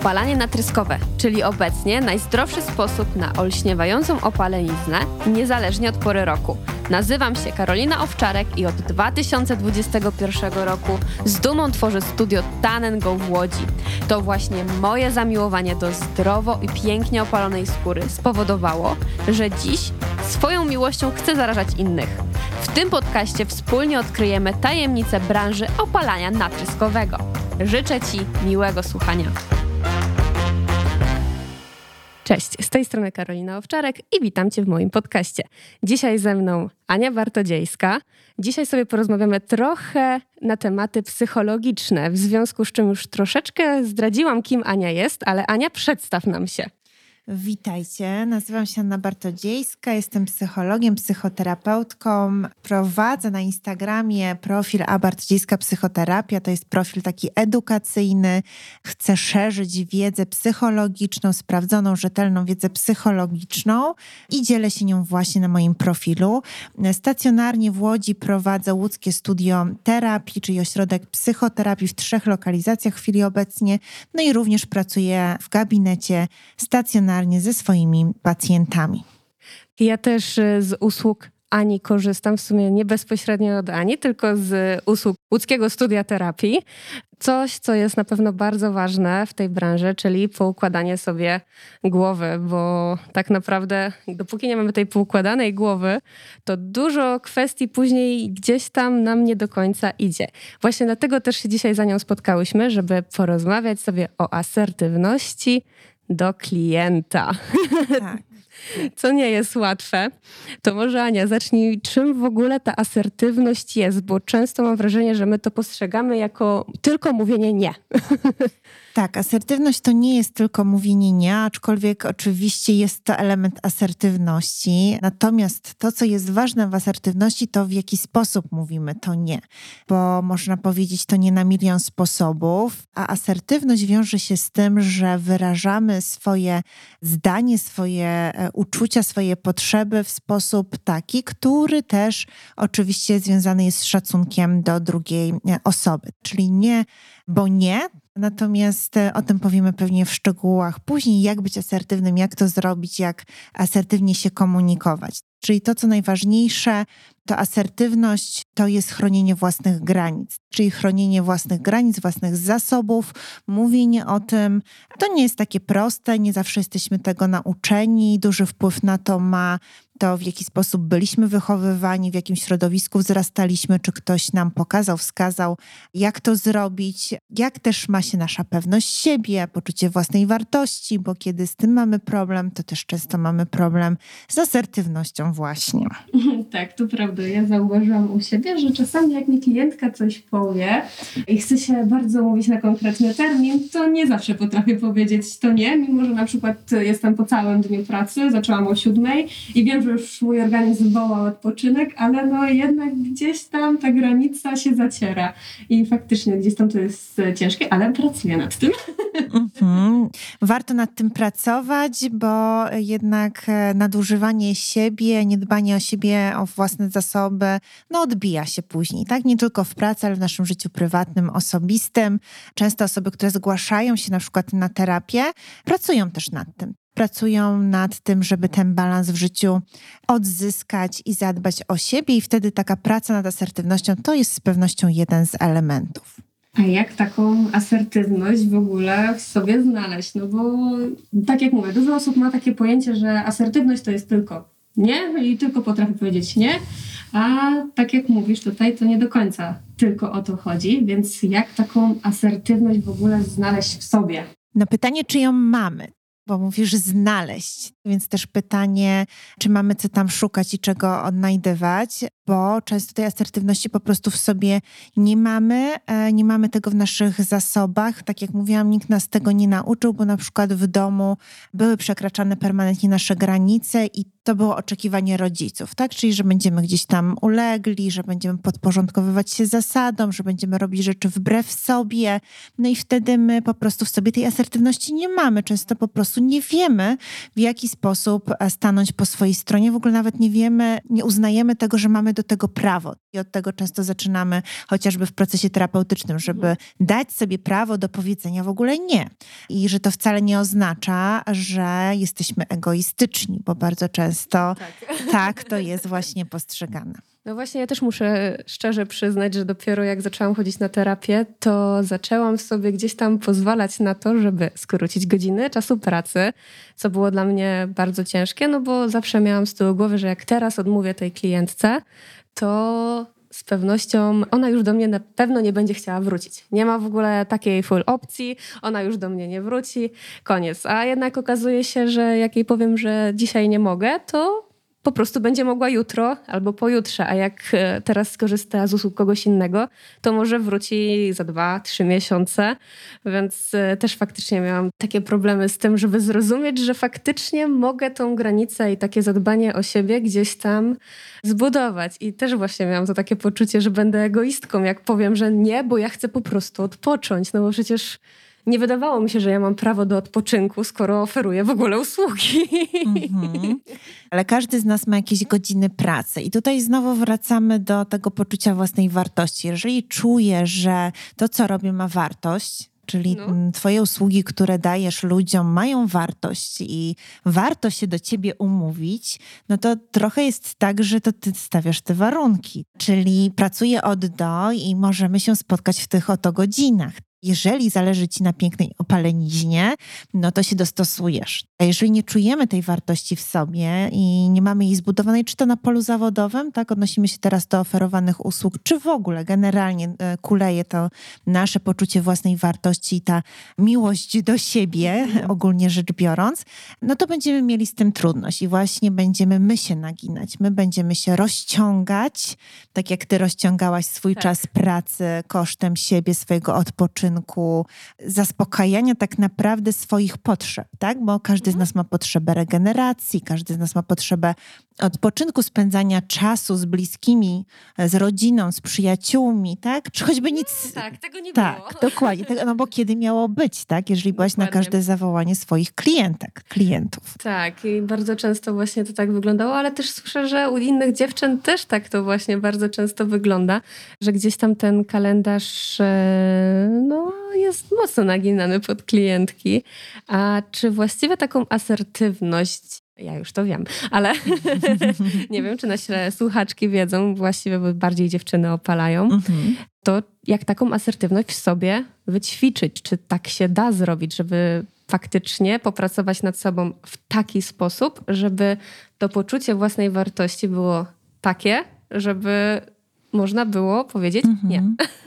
opalanie natryskowe, czyli obecnie najzdrowszy sposób na olśniewającą opaleniznę, niezależnie od pory roku. Nazywam się Karolina Owczarek i od 2021 roku z dumą tworzę studio Tan & Go w Łodzi. To właśnie moje zamiłowanie do zdrowo i pięknie opalonej skóry spowodowało, że dziś swoją miłością chcę zarażać innych. W tym podcaście wspólnie odkryjemy tajemnice branży opalania natryskowego. Życzę Ci miłego słuchania. Cześć, z tej strony Karolina Owczarek i witam Cię w moim podcaście. Dzisiaj ze mną Ania Bartodziejska. Dzisiaj sobie porozmawiamy trochę na tematy psychologiczne, w związku z czym już troszeczkę zdradziłam, kim Ania jest, ale Ania, przedstaw nam się. Witajcie, nazywam się Anna Bartodziejska, jestem psychologiem, psychoterapeutką. Prowadzę na Instagramie profil A Bartodziejska Psychoterapia, to jest profil taki edukacyjny. Chcę szerzyć wiedzę psychologiczną, sprawdzoną, rzetelną wiedzę psychologiczną i dzielę się nią właśnie na moim profilu. Stacjonarnie w Łodzi prowadzę łódzkie studio terapii, czyli ośrodek psychoterapii w 3 lokalizacjach w chwili obecnie. No i również pracuję w gabinecie stacjonarnie ze swoimi pacjentami. Ja też z usług Ani korzystam, w sumie nie bezpośrednio od Ani, tylko z usług łódzkiego studia terapii. Coś, co jest na pewno bardzo ważne w tej branży, czyli poukładanie sobie głowy, bo tak naprawdę dopóki nie mamy tej poukładanej głowy, to dużo kwestii później gdzieś tam nam nie do końca idzie. Właśnie dlatego też się dzisiaj za nią spotkałyśmy, żeby porozmawiać sobie o asertywności do klienta. Tak. Co nie jest łatwe. To może Ania, zacznij, czym w ogóle ta asertywność jest, bo często mam wrażenie, że my to postrzegamy jako tylko mówienie nie. Tak, asertywność to nie jest tylko mówienie nie, aczkolwiek oczywiście jest to element asertywności. Natomiast to, co jest ważne w asertywności, to w jaki sposób mówimy to nie. Bo można powiedzieć to nie na milion sposobów, a asertywność wiąże się z tym, że wyrażamy swoje zdanie, swoje uczucia, swoje potrzeby w sposób taki, który też oczywiście związany jest z szacunkiem do drugiej osoby. Czyli nie, bo nie. Natomiast o tym powiemy pewnie w szczegółach później, jak być asertywnym, jak to zrobić, jak asertywnie się komunikować. Czyli to, co najważniejsze, to asertywność to jest chronienie własnych granic, czyli chronienie własnych granic, własnych zasobów, mówienie o tym. To nie jest takie proste, nie zawsze jesteśmy tego nauczeni, duży wpływ na to ma to, w jaki sposób byliśmy wychowywani, w jakim środowisku wzrastaliśmy, czy ktoś nam pokazał, wskazał, jak to zrobić, jak też ma się nasza pewność siebie, poczucie własnej wartości, bo kiedy z tym mamy problem, to też często mamy problem z asertywnością właśnie. Tak, to prawda. Ja zauważyłam u siebie, że czasami jak mi klientka coś powie i chce się bardzo mówić na konkretny termin, to nie zawsze potrafię powiedzieć to nie, mimo że na przykład jestem po całym dniu pracy, zaczęłam o 7:00 i wiem, że już mój organizm woła odpoczynek, ale no jednak gdzieś tam ta granica się zaciera i faktycznie gdzieś tam to jest ciężkie, ale pracuję nad tym. Warto nad tym pracować, bo jednak nadużywanie siebie, niedbanie o siebie, o własne zasoby, no odbija się później, tak? Nie tylko w pracy, ale w naszym życiu prywatnym, osobistym. Często osoby, które zgłaszają się na przykład na terapię, pracują też nad tym. Pracują nad tym, żeby ten balans w życiu odzyskać i zadbać o siebie i wtedy taka praca nad asertywnością to jest z pewnością jeden z elementów. A jak taką asertywność w ogóle w sobie znaleźć? No bo tak jak mówię, dużo osób ma takie pojęcie, że asertywność to jest tylko nie i tylko potrafi powiedzieć nie, a tak jak mówisz tutaj, to nie do końca tylko o to chodzi, więc jak taką asertywność w ogóle znaleźć w sobie? No pytanie, czy ją mamy? Bo mówisz znaleźć, więc też pytanie, czy mamy co tam szukać i czego odnajdywać, bo często tej asertywności po prostu w sobie nie mamy tego w naszych zasobach. Tak jak mówiłam, nikt nas tego nie nauczył, bo na przykład w domu były przekraczane permanentnie nasze granice i to było oczekiwanie rodziców, tak? Czyli, że będziemy gdzieś tam ulegli, że będziemy podporządkowywać się zasadom, że będziemy robić rzeczy wbrew sobie. No i wtedy my po prostu w sobie tej asertywności nie mamy. Często po prostu nie wiemy, w jaki sposób stanąć po swojej stronie. W ogóle nawet nie wiemy, nie uznajemy tego, że mamy do tego prawo. I od tego często zaczynamy chociażby w procesie terapeutycznym, żeby dać sobie prawo do powiedzenia w ogóle nie. I że to wcale nie oznacza, że jesteśmy egoistyczni, bo bardzo często tak to jest właśnie postrzegane. No właśnie, ja też muszę szczerze przyznać, że dopiero jak zaczęłam chodzić na terapię, to zaczęłam sobie gdzieś tam pozwalać na to, żeby skrócić godziny czasu pracy, co było dla mnie bardzo ciężkie, no bo zawsze miałam z tyłu głowy, że jak teraz odmówię tej klientce, to z pewnością ona już do mnie na pewno nie będzie chciała wrócić. Nie ma w ogóle takiej full opcji, ona już do mnie nie wróci, koniec. A jednak okazuje się, że jak jej powiem, że dzisiaj nie mogę, to po prostu będzie mogła jutro albo pojutrze, a jak teraz skorzysta z usług kogoś innego, to może wróci za 2-3 miesiące, więc też faktycznie miałam takie problemy z tym, żeby zrozumieć, że faktycznie mogę tą granicę i takie zadbanie o siebie gdzieś tam zbudować. I też właśnie miałam to takie poczucie, że będę egoistką, jak powiem, że nie, bo ja chcę po prostu odpocząć, no bo przecież nie wydawało mi się, że ja mam prawo do odpoczynku, skoro oferuję w ogóle usługi. Ale każdy z nas ma jakieś godziny pracy. I tutaj znowu wracamy do tego poczucia własnej wartości. Jeżeli czuję, że to, co robię, ma wartość, czyli twoje usługi, które dajesz ludziom, mają wartość i warto się do ciebie umówić, no to trochę jest tak, że to ty stawiasz te warunki. Czyli pracuję od do i możemy się spotkać w tych oto godzinach. Jeżeli zależy ci na pięknej opaleniźnie, no to się dostosujesz. A jeżeli nie czujemy tej wartości w sobie i nie mamy jej zbudowanej, czy to na polu zawodowym, tak, odnosimy się teraz do oferowanych usług, czy w ogóle generalnie kuleje to nasze poczucie własnej wartości i ta miłość do siebie, ogólnie rzecz biorąc, no to będziemy mieli z tym trudność i właśnie będziemy my się naginać, my będziemy się rozciągać, tak jak ty rozciągałaś swój czas pracy kosztem siebie, swojego odpoczynku, zaspokajania tak naprawdę swoich potrzeb, tak? Bo każdy z nas ma potrzebę regeneracji, każdy z nas ma potrzebę odpoczynku, spędzania czasu z bliskimi, z rodziną, z przyjaciółmi, tak? Czy choćby nic... Tak, tego nie było. Tak, dokładnie. No bo kiedy miało być, tak? Jeżeli byłaś na każde zawołanie swoich klientów. Tak, i bardzo często właśnie to tak wyglądało, ale też słyszę, że u innych dziewczyn też tak to właśnie bardzo często wygląda, że gdzieś tam ten kalendarz jest mocno naginany pod klientki. A czy właściwie taką asertywność, ja już to wiem, ale nie wiem, czy nasze słuchaczki wiedzą, właściwie bo bardziej dziewczyny opalają, to jak taką asertywność w sobie wyćwiczyć? Czy tak się da zrobić, żeby faktycznie popracować nad sobą w taki sposób, żeby to poczucie własnej wartości było takie, żeby można było powiedzieć nie.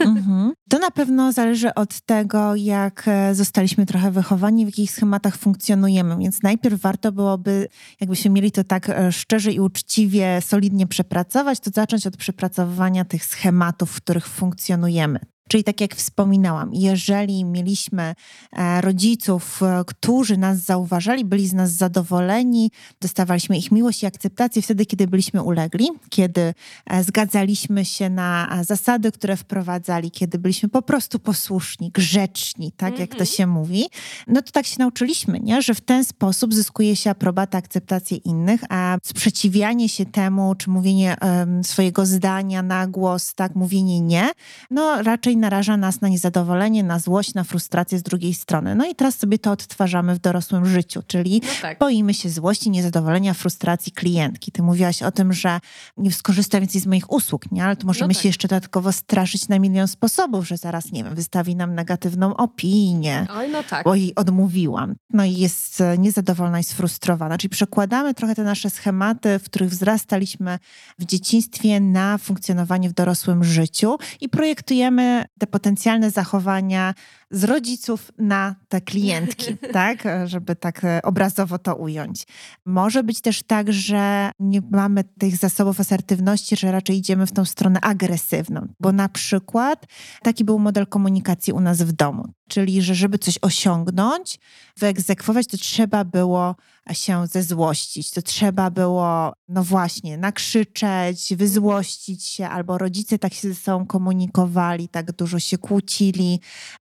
To na pewno zależy od tego, jak zostaliśmy trochę wychowani, w jakich schematach funkcjonujemy. Więc najpierw warto byłoby, jakbyśmy mieli to tak szczerze i uczciwie, solidnie przepracować, to zacząć od przepracowywania tych schematów, w których funkcjonujemy. Czyli tak jak wspominałam, jeżeli mieliśmy rodziców, którzy nas zauważali, byli z nas zadowoleni, dostawaliśmy ich miłość i akceptację wtedy, kiedy byliśmy ulegli, kiedy zgadzaliśmy się na zasady, które wprowadzali, kiedy byliśmy po prostu posłuszni, grzeczni, tak jak to się mówi, no to tak się nauczyliśmy, nie? Że w ten sposób zyskuje się aprobatę, akceptację innych, a sprzeciwianie się temu, czy mówienie swojego zdania na głos, tak, mówienie nie, no raczej naraża nas na niezadowolenie, na złość, na frustrację z drugiej strony. No i teraz sobie to odtwarzamy w dorosłym życiu, czyli boimy się złości, niezadowolenia, frustracji klientki. Ty mówiłaś o tym, że nie skorzysta więcej z moich usług, nie? Ale to możemy się jeszcze dodatkowo straszyć na milion sposobów, że zaraz, nie wiem, wystawi nam negatywną opinię, bo jej odmówiłam. No i jest niezadowolona i sfrustrowana. Czyli przekładamy trochę te nasze schematy, w których wzrastaliśmy w dzieciństwie na funkcjonowanie w dorosłym życiu i projektujemy te potencjalne zachowania z rodziców na te klientki, tak? Żeby tak obrazowo to ująć. Może być też tak, że nie mamy tych zasobów asertywności, że raczej idziemy w tą stronę agresywną, bo na przykład taki był model komunikacji u nas w domu, czyli że żeby coś osiągnąć, wyegzekwować, to trzeba było się zezłościć, to trzeba było, no właśnie, nakrzyczeć, wyzłościć się, albo rodzice tak się ze sobą komunikowali, tak dużo się kłócili, więc ta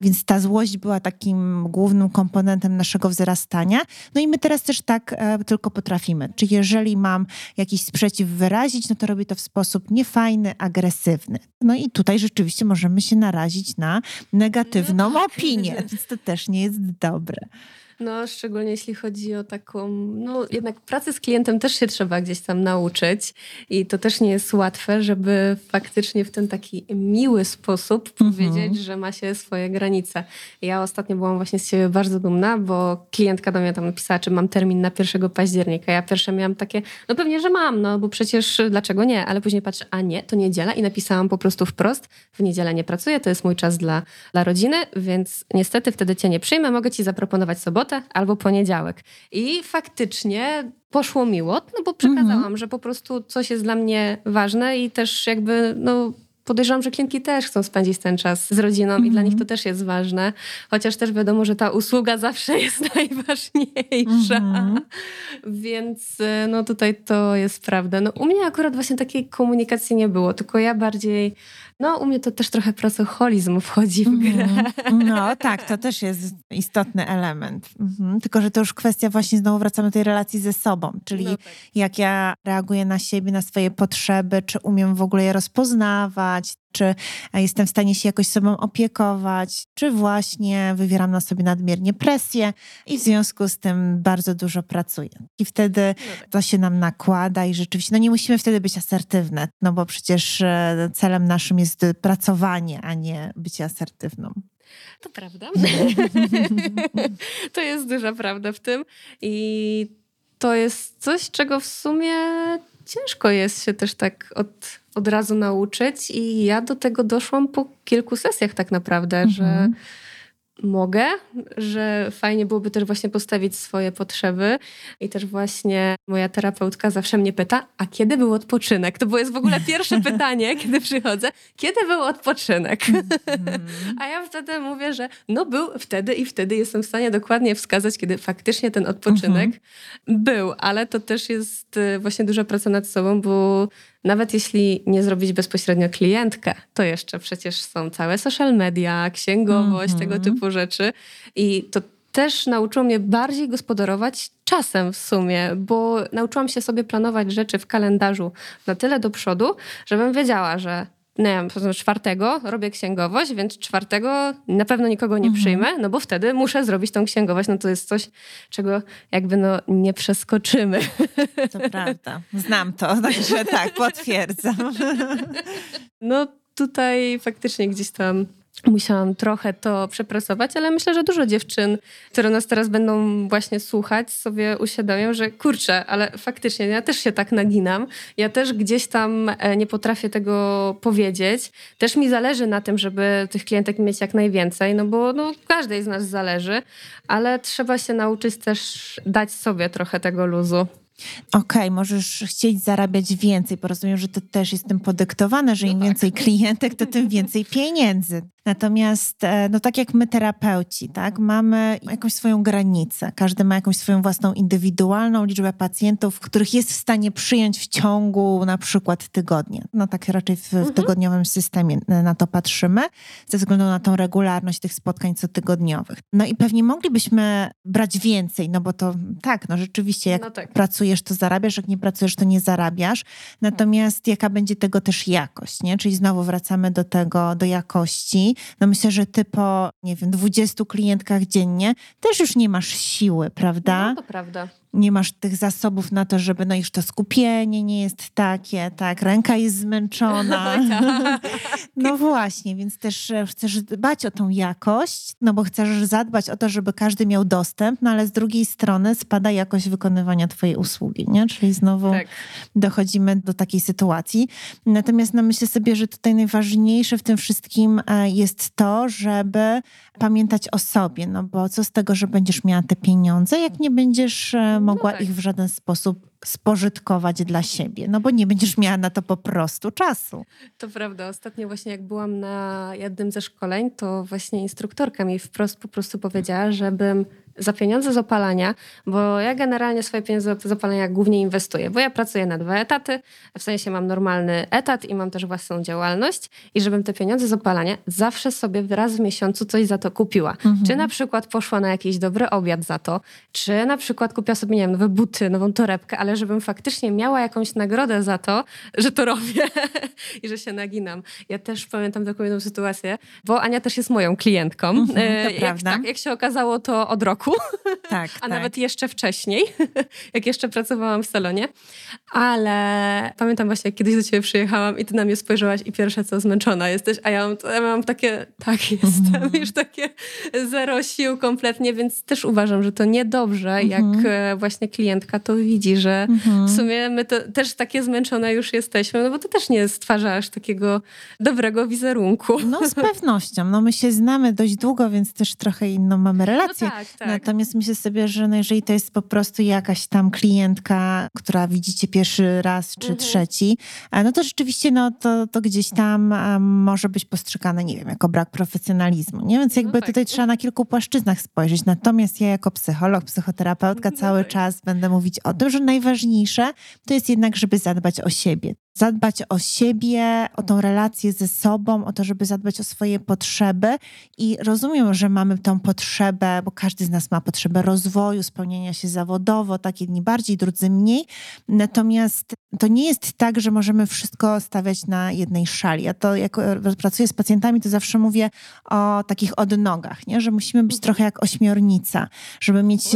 złość była takim głównym komponentem naszego wzrastania. No i my teraz też tak tylko potrafimy. Czy jeżeli mam jakiś sprzeciw wyrazić, no to robię to w sposób niefajny, agresywny. No i tutaj rzeczywiście możemy się narazić na negatywną opinię, więc to też nie jest dobre. No, szczególnie jeśli chodzi o taką, no jednak pracę z klientem też się trzeba gdzieś tam nauczyć i to też nie jest łatwe, żeby faktycznie w ten taki miły sposób powiedzieć, że ma się swoje granice. Ja ostatnio byłam właśnie z siebie bardzo dumna, bo klientka do mnie tam napisała, czy mam termin na 1 października. Ja pierwsze miałam takie, no pewnie, że mam, no bo przecież dlaczego nie? Ale później patrzę, a nie, to niedziela i napisałam po prostu wprost, w niedzielę nie pracuję, to jest mój czas dla rodziny, więc niestety wtedy cię nie przyjmę, mogę ci zaproponować sobotę albo poniedziałek. I faktycznie poszło miło, no bo przekazałam, że po prostu coś jest dla mnie ważne i też jakby, no podejrzewam, że klientki też chcą spędzić ten czas z rodziną i dla nich to też jest ważne. Chociaż też wiadomo, że ta usługa zawsze jest najważniejsza. Więc no tutaj to jest prawda. No u mnie akurat właśnie takiej komunikacji nie było, tylko ja bardziej, no u mnie to też trochę pracoholizm wchodzi w grę. No tak, to też jest istotny element. Tylko, że to już kwestia właśnie, znowu wracamy do tej relacji ze sobą, czyli No tak. jak ja reaguję na siebie, na swoje potrzeby, czy umiem w ogóle je rozpoznawać, czy jestem w stanie się jakoś sobą opiekować, czy właśnie wywieram na sobie nadmiernie presję i w związku z tym bardzo dużo pracuję. I wtedy to się nam nakłada i rzeczywiście, no nie musimy wtedy być asertywne, no bo przecież celem naszym jest pracowanie, a nie bycie asertywną. To prawda. To jest duża prawda w tym i to jest coś, czego w sumie ciężko jest się też tak od razu nauczyć i ja do tego doszłam po kilku sesjach tak naprawdę, że mogę, że fajnie byłoby też właśnie postawić swoje potrzeby i też właśnie moja terapeutka zawsze mnie pyta, a kiedy był odpoczynek? To jest w ogóle pierwsze pytanie, kiedy przychodzę. Kiedy był odpoczynek? A ja wtedy mówię, że no był wtedy i wtedy jestem w stanie dokładnie wskazać, kiedy faktycznie ten odpoczynek był, ale to też jest właśnie duża praca nad sobą, bo nawet jeśli nie zrobić bezpośrednio klientkę, to jeszcze przecież są całe social media, księgowość, tego typu rzeczy. I to też nauczyło mnie bardziej gospodarować czasem w sumie, bo nauczyłam się sobie planować rzeczy w kalendarzu na tyle do przodu, żebym wiedziała, że nie wiem, 4 robię księgowość, więc 4 na pewno nikogo nie przyjmę, no bo wtedy muszę zrobić tą księgowość. No to jest coś, czego jakby no nie przeskoczymy. To prawda. Znam to, także tak, potwierdzam. No tutaj faktycznie gdzieś tam musiałam trochę to przepracować, ale myślę, że dużo dziewczyn, które nas teraz będą właśnie słuchać, sobie uświadomią, że kurczę, ale faktycznie ja też się tak naginam. Ja też gdzieś tam nie potrafię tego powiedzieć. Też mi zależy na tym, żeby tych klientek mieć jak najwięcej, no bo no, każdej z nas zależy, ale trzeba się nauczyć też dać sobie trochę tego luzu. Okej, możesz chcieć zarabiać więcej, bo rozumiem, że to też jest tym podyktowane, że im więcej klientek, to tym więcej pieniędzy. Natomiast, no tak jak my terapeuci, tak, mamy jakąś swoją granicę. Każdy ma jakąś swoją własną indywidualną liczbę pacjentów, których jest w stanie przyjąć w ciągu na przykład tygodnia. No tak raczej w tygodniowym systemie na to patrzymy, ze względu na tą regularność tych spotkań cotygodniowych. No i pewnie moglibyśmy brać więcej, no bo to tak, no rzeczywiście, jak pracujesz, to zarabiasz, jak nie pracujesz, to nie zarabiasz. Natomiast jaka będzie tego też jakość, nie? Czyli znowu wracamy do tego, do jakości. No myślę, że ty po, nie wiem, 20 klientkach dziennie też już nie masz siły, prawda? No to prawda. Nie masz tych zasobów na to, żeby, no już to skupienie nie jest takie, tak, ręka jest zmęczona. No właśnie, więc też chcesz dbać o tą jakość, no bo chcesz zadbać o to, żeby każdy miał dostęp, no ale z drugiej strony spada jakość wykonywania twojej usługi, nie? Czyli znowu dochodzimy do takiej sytuacji. Natomiast no myślę sobie, że tutaj najważniejsze w tym wszystkim jest to, żeby pamiętać o sobie, no bo co z tego, że będziesz miała te pieniądze, jak nie będziesz mogła ich w żaden sposób spożytkować dla siebie, no bo nie będziesz miała na to po prostu czasu. To prawda. Ostatnio właśnie jak byłam na jednym ze szkoleń, to właśnie instruktorka mi wprost po prostu powiedziała, żebym za pieniądze z opalania, bo ja generalnie swoje pieniądze z opalania głównie inwestuję, bo ja pracuję na 2 etaty, w sensie mam normalny etat i mam też własną działalność i żebym te pieniądze z opalania zawsze sobie raz w miesiącu coś za to kupiła. Czy na przykład poszła na jakiś dobry obiad za to, czy na przykład kupiła sobie, nie wiem, nowe buty, nową torebkę, ale żebym faktycznie miała jakąś nagrodę za to, że to robię i że się naginam. Ja też pamiętam taką jedną sytuację, bo Ania też jest moją klientką. To prawda. Jak się okazało, to od roku, Tak, a nawet jeszcze wcześniej, jak jeszcze pracowałam w salonie. Ale pamiętam właśnie, jak kiedyś do ciebie przyjechałam i ty na mnie spojrzałaś i pierwsze co, zmęczona jesteś, a ja mam takie, tak jestem, już takie zero sił kompletnie, więc też uważam, że to niedobrze, jak właśnie klientka to widzi, że w sumie my to też takie zmęczone już jesteśmy, no bo to też nie stwarza aż takiego dobrego wizerunku. No z pewnością. No my się znamy dość długo, więc też trochę inną mamy relację. No tak. Natomiast myślę sobie, że no jeżeli to jest po prostu jakaś tam klientka, która widzicie pierwszy raz czy trzeci, no to rzeczywiście no to gdzieś tam może być postrzegane, nie wiem, jako brak profesjonalizmu. Nie? Więc jakby tutaj trzeba na kilku płaszczyznach spojrzeć. Natomiast ja jako psycholog, psychoterapeutka cały czas będę mówić o tym, że najważniejsze to jest jednak, żeby zadbać o siebie. Zadbać o siebie, o tą relację ze sobą, o to, żeby zadbać o swoje potrzeby. I rozumiem, że mamy tą potrzebę, bo każdy z nas ma potrzebę rozwoju, spełnienia się zawodowo, tak jedni bardziej, drudzy mniej. Natomiast to nie jest tak, że możemy wszystko stawiać na jednej szali. Ja to, jak pracuję z pacjentami, to zawsze mówię o takich odnogach, nie? Że musimy być trochę jak ośmiornica, żeby mieć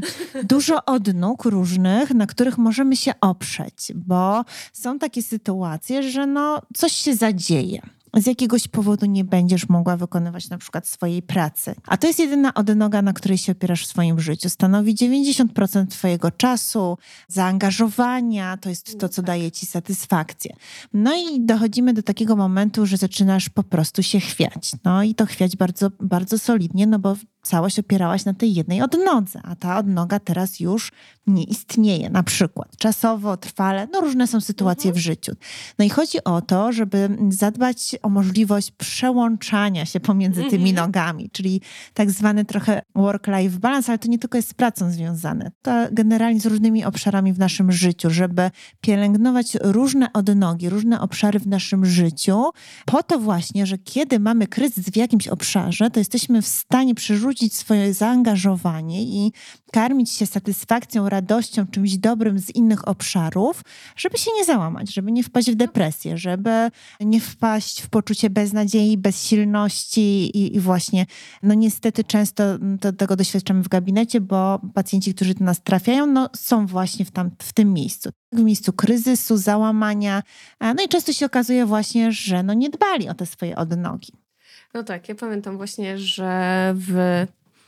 dużo odnóg różnych, na których możemy się oprzeć, bo są takie sytuacje, że no coś się zadzieje. Z jakiegoś powodu nie będziesz mogła wykonywać na przykład swojej pracy. A to jest jedyna odnoga, na której się opierasz w swoim życiu. Stanowi 90% twojego czasu, zaangażowania, to jest to, co daje ci satysfakcję. No i dochodzimy do takiego momentu, że zaczynasz po prostu się chwiać. No i to chwiać bardzo, bardzo solidnie, no bo całość opierałaś na tej jednej odnodze, a ta odnoga teraz już nie istnieje, na przykład czasowo, trwale, no różne są sytuacje w życiu. No i chodzi o to, żeby zadbać o możliwość przełączania się pomiędzy tymi nogami, czyli tak zwany trochę work-life balance, ale to nie tylko jest z pracą związane, to generalnie z różnymi obszarami w naszym życiu, żeby pielęgnować różne odnogi, różne obszary w naszym życiu, po to właśnie, że kiedy mamy kryzys w jakimś obszarze, to jesteśmy w stanie przerzucić swoje zaangażowanie i karmić się satysfakcją, radością, czymś dobrym z innych obszarów, żeby się nie załamać, żeby nie wpaść w depresję, żeby nie wpaść w poczucie beznadziei, bezsilności i właśnie, no niestety często tego doświadczamy w gabinecie, bo pacjenci, którzy do nas trafiają, no są właśnie w tym miejscu. W miejscu kryzysu, załamania. No i często się okazuje właśnie, że no nie dbali o te swoje odnogi. No tak, ja pamiętam właśnie, że w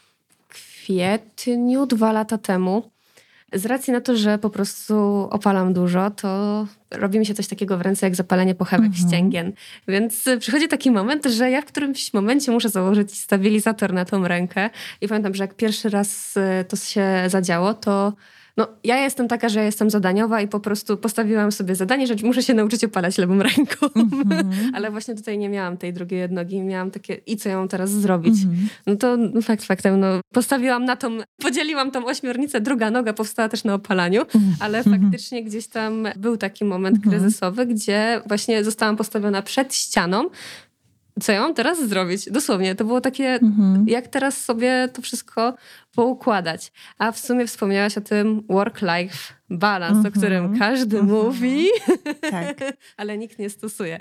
kwietniu 2 lata temu, z racji na to, że po prostu opalam dużo, to robi mi się coś takiego w ręce jak zapalenie pochewek ścięgien. Więc przychodzi taki moment, że ja w którymś momencie muszę założyć stabilizator na tą rękę. I pamiętam, że jak pierwszy raz to się zadziało, to no, ja jestem taka, że ja jestem zadaniowa i po prostu postawiłam sobie zadanie, że muszę się nauczyć opalać lewą ręką. Ale właśnie tutaj nie miałam tej drugiej odnogi. Miałam takie, i co ja mam teraz zrobić? No to faktem, no postawiłam na tą, podzieliłam tą ośmiornicę, druga noga powstała też na opalaniu, ale faktycznie gdzieś tam był taki moment kryzysowy, gdzie właśnie zostałam postawiona przed ścianą. Co ja mam teraz zrobić? Dosłownie, to było takie, jak teraz sobie to wszystko poukładać. A w sumie wspomniałaś o tym work-life balance, o którym każdy mówi, tak. ale nikt nie stosuje.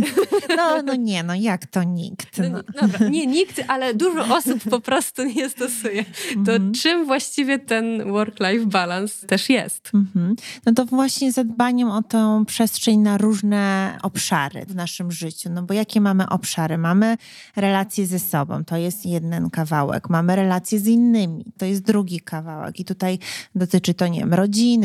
No jak to nikt? Dobra, nie nikt, ale dużo osób po prostu nie stosuje. To czym właściwie ten work-life balance też jest? No to właśnie zadbaniem o tę przestrzeń na różne obszary w naszym życiu. No bo jakie mamy obszary? Mamy relacje ze sobą, to jest jeden kawałek. Mamy relacje z innymi, to jest drugi kawałek. I tutaj dotyczy to, nie wiem, rodziny,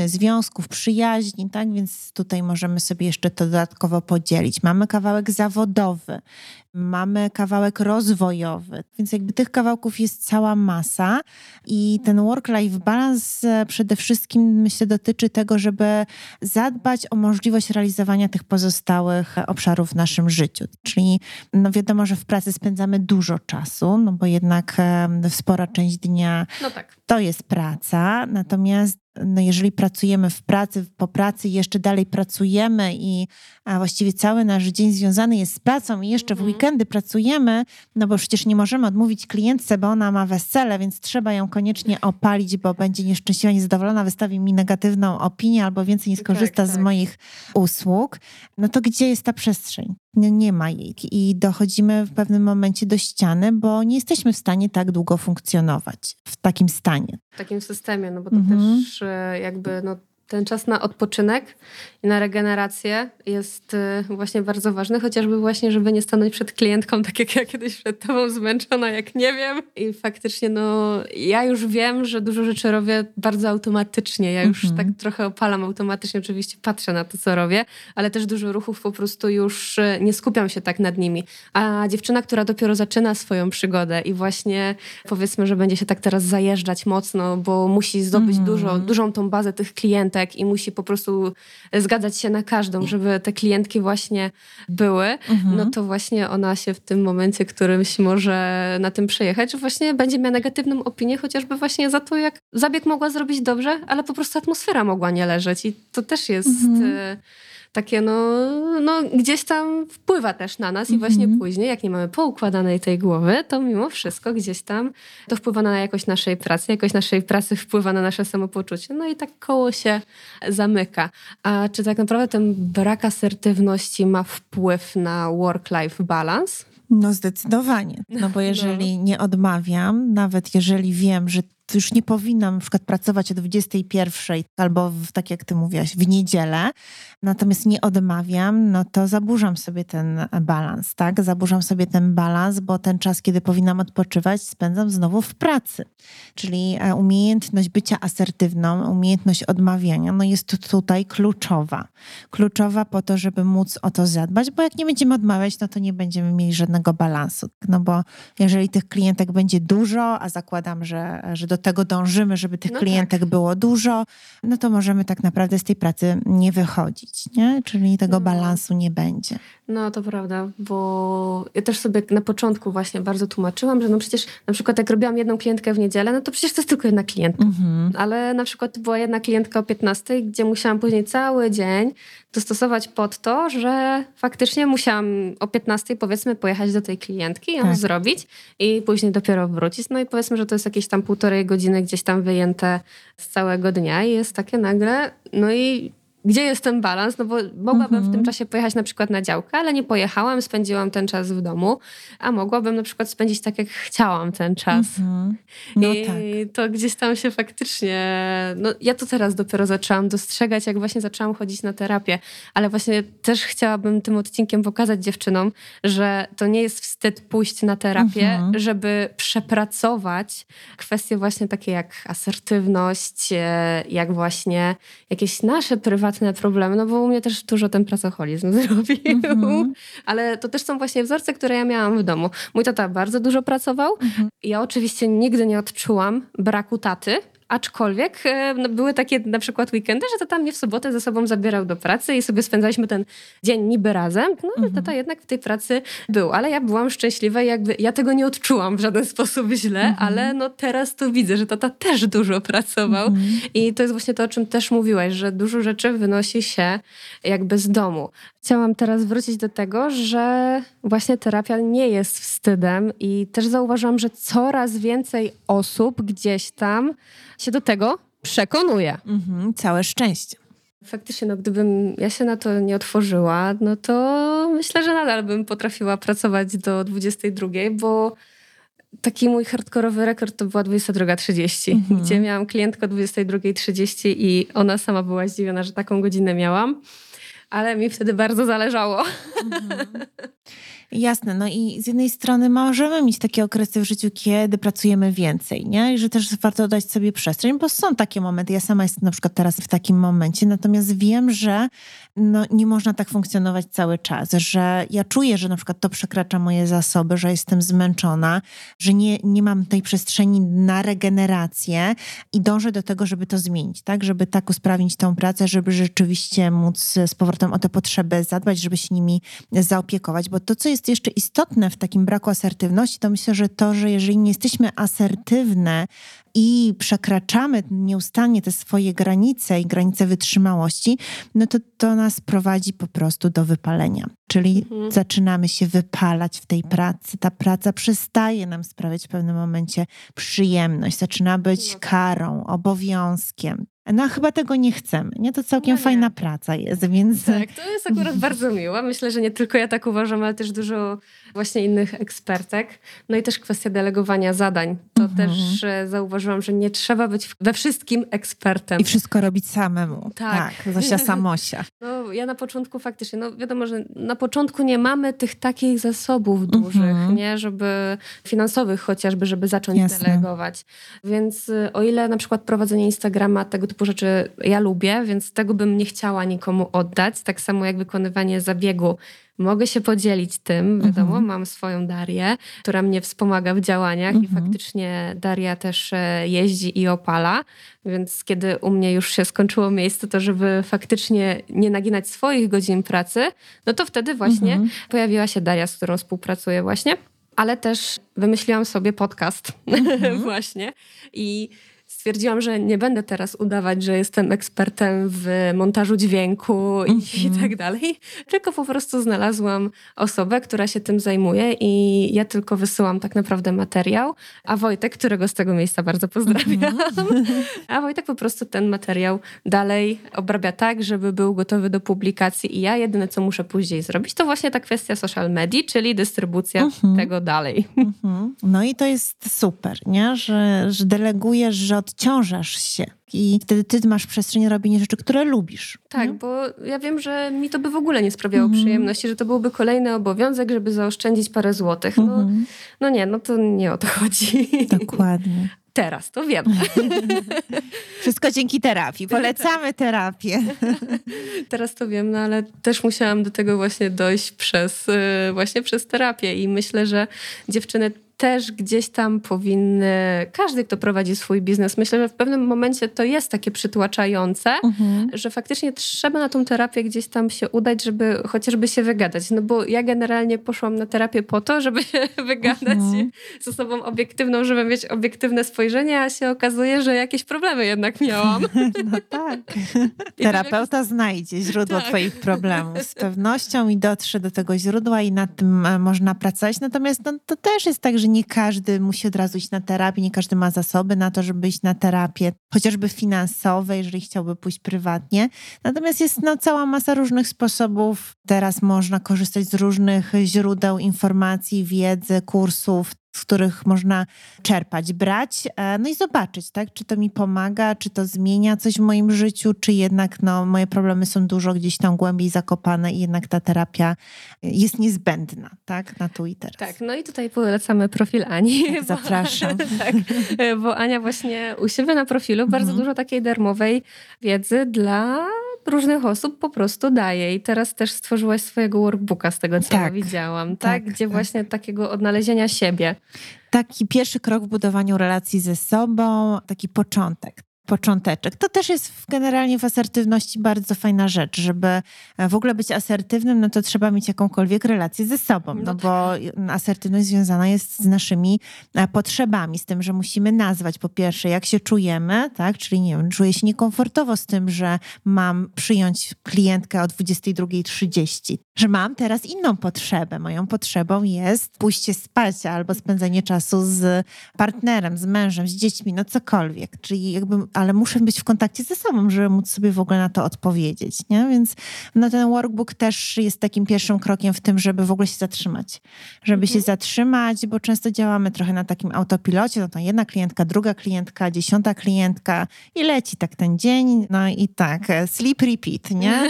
związków, przyjaźni, tak? Więc tutaj możemy sobie jeszcze to dodatkowo podzielić. Mamy kawałek zawodowy, mamy kawałek rozwojowy, więc jakby tych kawałków jest cała masa i ten work-life balance przede wszystkim myślę dotyczy tego, żeby zadbać o możliwość realizowania tych pozostałych obszarów w naszym życiu. Czyli no wiadomo, że w pracy spędzamy dużo czasu, no bo jednak spora część dnia to jest praca, natomiast no jeżeli pracujemy w pracy, po pracy jeszcze dalej pracujemy a właściwie cały nasz dzień związany jest z pracą i jeszcze w weekendy pracujemy, no bo przecież nie możemy odmówić klientce, bo ona ma wesele, więc trzeba ją koniecznie opalić, bo będzie nieszczęśliwa, niezadowolona, wystawi mi negatywną opinię albo więcej nie skorzysta z moich usług. No to gdzie jest ta przestrzeń? Nie ma jej i dochodzimy w pewnym momencie do ściany, bo nie jesteśmy w stanie tak długo funkcjonować w takim stanie. W takim systemie, no bo to też jakby ten czas na odpoczynek i na regenerację jest właśnie bardzo ważny, chociażby właśnie, żeby nie stanąć przed klientką, tak jak ja kiedyś przed tobą zmęczona, jak nie wiem. I faktycznie ja już wiem, że dużo rzeczy robię bardzo automatycznie. Ja już tak trochę opalam automatycznie, oczywiście patrzę na to, co robię, ale też dużo ruchów po prostu już nie skupiam się tak nad nimi. A dziewczyna, która dopiero zaczyna swoją przygodę i właśnie powiedzmy, że będzie się tak teraz zajeżdżać mocno, bo musi zdobyć dużą tą bazę tych klientek i musi po prostu zgadzać się na każdą, żeby te klientki właśnie były, no to właśnie ona się w tym momencie którymś może na tym przejechać, że właśnie będzie miała negatywną opinię, chociażby właśnie za to, jak zabieg mogła zrobić dobrze, ale po prostu atmosfera mogła nie leżeć i to też jest takie gdzieś tam wpływa też na nas i właśnie później, jak nie mamy poukładanej tej głowy, to mimo wszystko gdzieś tam to wpływa na jakość naszej pracy, jakość naszej pracy wpływa na nasze samopoczucie. No i tak koło się zamyka. A czy tak naprawdę ten brak asertywności ma wpływ na work-life balance? No zdecydowanie, no bo jeżeli nie odmawiam, nawet jeżeli wiem, że już nie powinnam na przykład pracować o 21 albo tak jak ty mówiłaś, w niedzielę, natomiast nie odmawiam, no to zaburzam sobie ten balans, tak? Zaburzam sobie ten balans, bo ten czas, kiedy powinnam odpoczywać, spędzam znowu w pracy. Czyli umiejętność bycia asertywną, umiejętność odmawiania, no jest tutaj kluczowa. Kluczowa po to, żeby móc o to zadbać, bo jak nie będziemy odmawiać, no to nie będziemy mieli żadnego balansu. No bo jeżeli tych klientek będzie dużo, a zakładam, że do tego dążymy, żeby tych klientek było dużo, no to możemy tak naprawdę z tej pracy nie wychodzić, nie? Czyli tego balansu nie będzie. No to prawda, bo ja też sobie na początku właśnie bardzo tłumaczyłam, że no przecież na przykład jak robiłam jedną klientkę w niedzielę, no to przecież to jest tylko jedna klientka. Ale na przykład była jedna klientka o 15, gdzie musiałam później cały dzień dostosować pod to, że faktycznie musiałam o 15 powiedzmy pojechać do tej klientki, ją zrobić i później dopiero wrócić. No i powiedzmy, że to jest jakieś tam 1,5 godziny gdzieś tam wyjęte z całego dnia i jest takie nagle, no i gdzie jest ten balans? No bo mogłabym w tym czasie pojechać na przykład na działkę, ale nie pojechałam, spędziłam ten czas w domu, a mogłabym na przykład spędzić tak, jak chciałam ten czas. No I to gdzieś tam się faktycznie... No ja to teraz dopiero zaczęłam dostrzegać, jak właśnie zaczęłam chodzić na terapię, ale właśnie też chciałabym tym odcinkiem pokazać dziewczynom, że to nie jest wstyd pójść na terapię, żeby przepracować kwestie właśnie takie jak asertywność, jak właśnie jakieś nasze prywatne problemy, no bo u mnie też dużo ten pracoholizm zrobił. Ale to też są właśnie wzorce, które ja miałam w domu. Mój tata bardzo dużo pracował. Ja oczywiście nigdy nie odczułam braku taty, aczkolwiek były takie na przykład weekendy, że tata mnie w sobotę ze sobą zabierał do pracy i sobie spędzaliśmy ten dzień niby razem. No ale tata jednak w tej pracy był. Ale ja byłam szczęśliwa i jakby ja tego nie odczułam w żaden sposób źle, ale no teraz to widzę, że tata też dużo pracował. I to jest właśnie to, o czym też mówiłaś, że dużo rzeczy wynosi się jakby z domu. Chciałam teraz wrócić do tego, że właśnie terapia nie jest wstydem i też zauważyłam, że coraz więcej osób gdzieś tam się do tego przekonuje. Całe szczęście. Faktycznie, no gdybym ja się na to nie otworzyła, no to myślę, że nadal bym potrafiła pracować do 22, bo taki mój hardkorowy rekord to była 22:30, gdzie miałam klientkę o 22:30 i ona sama była zdziwiona, że taką godzinę miałam. Ale mi wtedy bardzo zależało. Jasne, no i z jednej strony możemy mieć takie okresy w życiu, kiedy pracujemy więcej, nie? I że też warto dać sobie przestrzeń, bo są takie momenty. Ja sama jestem na przykład teraz w takim momencie, natomiast wiem, że nie można tak funkcjonować cały czas, że ja czuję, że na przykład to przekracza moje zasoby, że jestem zmęczona, że nie mam tej przestrzeni na regenerację i dążę do tego, żeby to zmienić, tak? Żeby tak usprawnić tą pracę, żeby rzeczywiście móc z powrotem o te potrzeby zadbać, żeby się nimi zaopiekować, bo to, co jest jeszcze istotne w takim braku asertywności, to myślę, że to, że jeżeli nie jesteśmy asertywne i przekraczamy nieustannie te swoje granice i granice wytrzymałości, no to nas prowadzi po prostu do wypalenia. Czyli zaczynamy się wypalać w tej pracy. Ta praca przestaje nam sprawiać w pewnym momencie przyjemność. Zaczyna być karą, obowiązkiem. No a chyba tego nie chcemy, nie? To całkiem fajna praca jest, więc... Tak, to jest akurat bardzo miłe. Myślę, że nie tylko ja tak uważam, ale też dużo właśnie innych ekspertek. No i też kwestia delegowania zadań. To też zauważyłam, że nie trzeba być we wszystkim ekspertem. I wszystko robić samemu. Tak. Zosia Samosia. No ja na początku faktycznie, no wiadomo, że na początku nie mamy tych takich zasobów dużych, nie? Żeby finansowych chociażby, żeby zacząć delegować. Więc o ile na przykład prowadzenie Instagrama, tego typu rzeczy ja lubię, więc tego bym nie chciała nikomu oddać. Tak samo jak wykonywanie zabiegu. Mogę się podzielić tym, wiadomo, mam swoją Darię, która mnie wspomaga w działaniach i faktycznie Daria też jeździ i opala, więc kiedy u mnie już się skończyło miejsce, to żeby faktycznie nie naginać swoich godzin pracy, no to wtedy właśnie pojawiła się Daria, z którą współpracuję właśnie, ale też wymyśliłam sobie podcast właśnie i stwierdziłam, że nie będę teraz udawać, że jestem ekspertem w montażu dźwięku i tak dalej, tylko po prostu znalazłam osobę, która się tym zajmuje i ja tylko wysyłam tak naprawdę materiał, a Wojtek, którego z tego miejsca bardzo pozdrawiam, a Wojtek po prostu ten materiał dalej obrabia tak, żeby był gotowy do publikacji i ja jedyne, co muszę później zrobić, to właśnie ta kwestia social media, czyli dystrybucja tego dalej. No i to jest super, nie? Że delegujesz, że odciążasz się i wtedy ty masz przestrzeń na robienie rzeczy, które lubisz. Tak, bo ja wiem, że mi to by w ogóle nie sprawiało przyjemności, że to byłby kolejny obowiązek, żeby zaoszczędzić parę złotych. No to nie o to chodzi. Dokładnie. Teraz to wiem. Wszystko dzięki terapii. Polecamy terapię. Teraz to wiem, no ale też musiałam do tego właśnie dojść przez terapię i myślę, że dziewczyny też gdzieś tam powinny, każdy, kto prowadzi swój biznes, myślę, że w pewnym momencie to jest takie przytłaczające, że faktycznie trzeba na tą terapię gdzieś tam się udać, żeby chociażby się wygadać. No bo ja generalnie poszłam na terapię po to, żeby się wygadać z osobą obiektywną, żeby mieć obiektywne spojrzenie, a się okazuje, że jakieś problemy jednak miałam. No tak. Terapeuta znajdzie źródło twoich problemów z pewnością i dotrze do tego źródła i nad tym można pracować. Natomiast to też jest tak, że nie każdy musi od razu iść na terapię, nie każdy ma zasoby na to, żeby iść na terapię, chociażby finansowe, jeżeli chciałby pójść prywatnie. Natomiast jest cała masa różnych sposobów. Teraz można korzystać z różnych źródeł informacji, wiedzy, kursów, z których można czerpać, brać, no i zobaczyć, tak, czy to mi pomaga, czy to zmienia coś w moim życiu, czy jednak moje problemy są dużo gdzieś tam głębiej zakopane i jednak ta terapia jest niezbędna, tak, na tu i teraz. Tak, no i tutaj polecamy profil Ani. Tak, zapraszam. Tak, bo Ania właśnie u siebie na profilu bardzo dużo takiej darmowej wiedzy dla różnych osób po prostu daje. I teraz też stworzyłaś swojego workbooka z tego, co ja widziałam, tak? Gdzie właśnie takiego odnalezienia siebie. Taki pierwszy krok w budowaniu relacji ze sobą, taki począteczek. To też jest generalnie w asertywności bardzo fajna rzecz, żeby w ogóle być asertywnym, no to trzeba mieć jakąkolwiek relację ze sobą, no bo asertywność związana jest z naszymi potrzebami, z tym, że musimy nazwać po pierwsze, jak się czujemy, tak, czyli nie wiem, czuję się niekomfortowo z tym, że mam przyjąć klientkę o 22:30, że mam teraz inną potrzebę. Moją potrzebą jest pójście spać albo spędzenie czasu z partnerem, z mężem, z dziećmi, no cokolwiek, czyli jakby ale muszę być w kontakcie ze sobą, żeby móc sobie w ogóle na to odpowiedzieć, nie? Więc no, ten workbook też jest takim pierwszym krokiem w tym, żeby w ogóle się zatrzymać. Żeby się zatrzymać, bo często działamy trochę na takim autopilocie, no to jedna klientka, druga klientka, 10. klientka i leci tak ten dzień, no i tak, sleep, repeat, nie?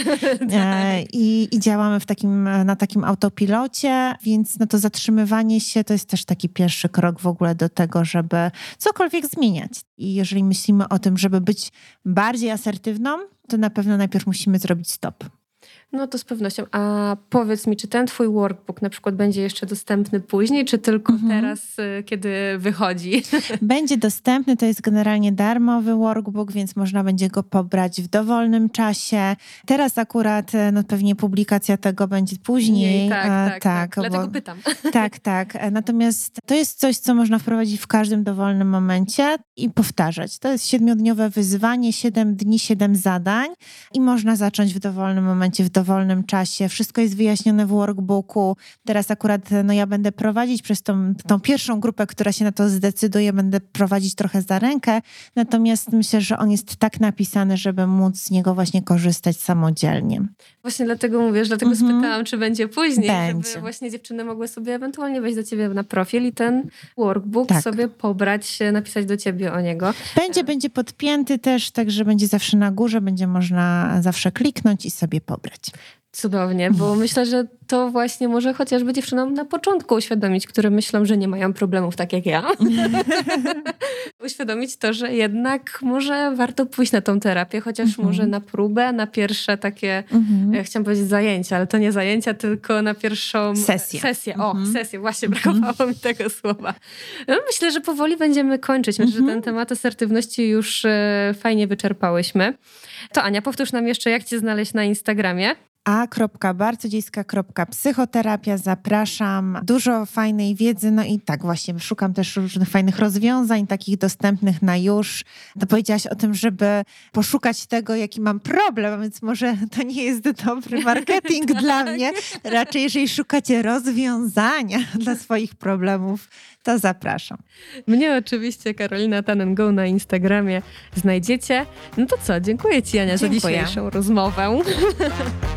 I działamy na takim autopilocie, więc no to zatrzymywanie się to jest też taki pierwszy krok w ogóle do tego, żeby cokolwiek zmieniać. I jeżeli myślimy o tym, żeby być bardziej asertywną, to na pewno najpierw musimy zrobić stop. No to z pewnością. A powiedz mi, czy ten twój workbook na przykład będzie jeszcze dostępny później, czy tylko teraz, kiedy wychodzi? Będzie dostępny, to jest generalnie darmowy workbook, więc można będzie go pobrać w dowolnym czasie. Teraz akurat no pewnie publikacja tego będzie później. Tak. Dlatego pytam. Tak. Natomiast to jest coś, co można wprowadzić w każdym dowolnym momencie i powtarzać. To jest 7-dniowe wyzwanie, 7 dni, 7 zadań i można zacząć w dowolnym momencie, w dowolnym czasie. Wszystko jest wyjaśnione w workbooku. Teraz akurat no ja będę prowadzić przez tą pierwszą grupę, która się na to zdecyduje, będę prowadzić trochę za rękę. Natomiast myślę, że on jest tak napisany, żeby móc z niego właśnie korzystać samodzielnie. Właśnie dlatego mówisz, dlatego spytałam, czy będzie później, Będzie. żeby właśnie dziewczyny mogły sobie ewentualnie wejść do ciebie na profil i ten workbook sobie pobrać, napisać do ciebie o niego. Będzie podpięty też, także będzie zawsze na górze, będzie można zawsze kliknąć i sobie pobrać. Cudownie, bo myślę, że to właśnie może chociażby dziewczynom na początku uświadomić, które myślą, że nie mają problemów tak jak ja. Uświadomić to, że jednak może warto pójść na tą terapię, chociaż może na próbę, na pierwsze takie, ja chciałam powiedzieć zajęcia, ale to nie zajęcia, tylko na pierwszą sesję. Sesję, właśnie brakowało mi tego słowa. No, myślę, że powoli będziemy kończyć. Myślę, że ten temat asertywności już fajnie wyczerpałyśmy. To Ania, powtórz nam jeszcze, jak cię znaleźć na Instagramie. a.barcodziejska.psychoterapia. Zapraszam. Dużo fajnej wiedzy, no i tak właśnie szukam też różnych fajnych rozwiązań, takich dostępnych na już. To powiedziałaś o tym, żeby poszukać tego, jaki mam problem, więc może to nie jest dobry marketing dla mnie. Raczej jeżeli szukacie rozwiązania dla swoich problemów, to zapraszam. Mnie oczywiście Karolina Tannengo na Instagramie znajdziecie. No to co, dziękuję ci Ania za dzisiejszą rozmowę.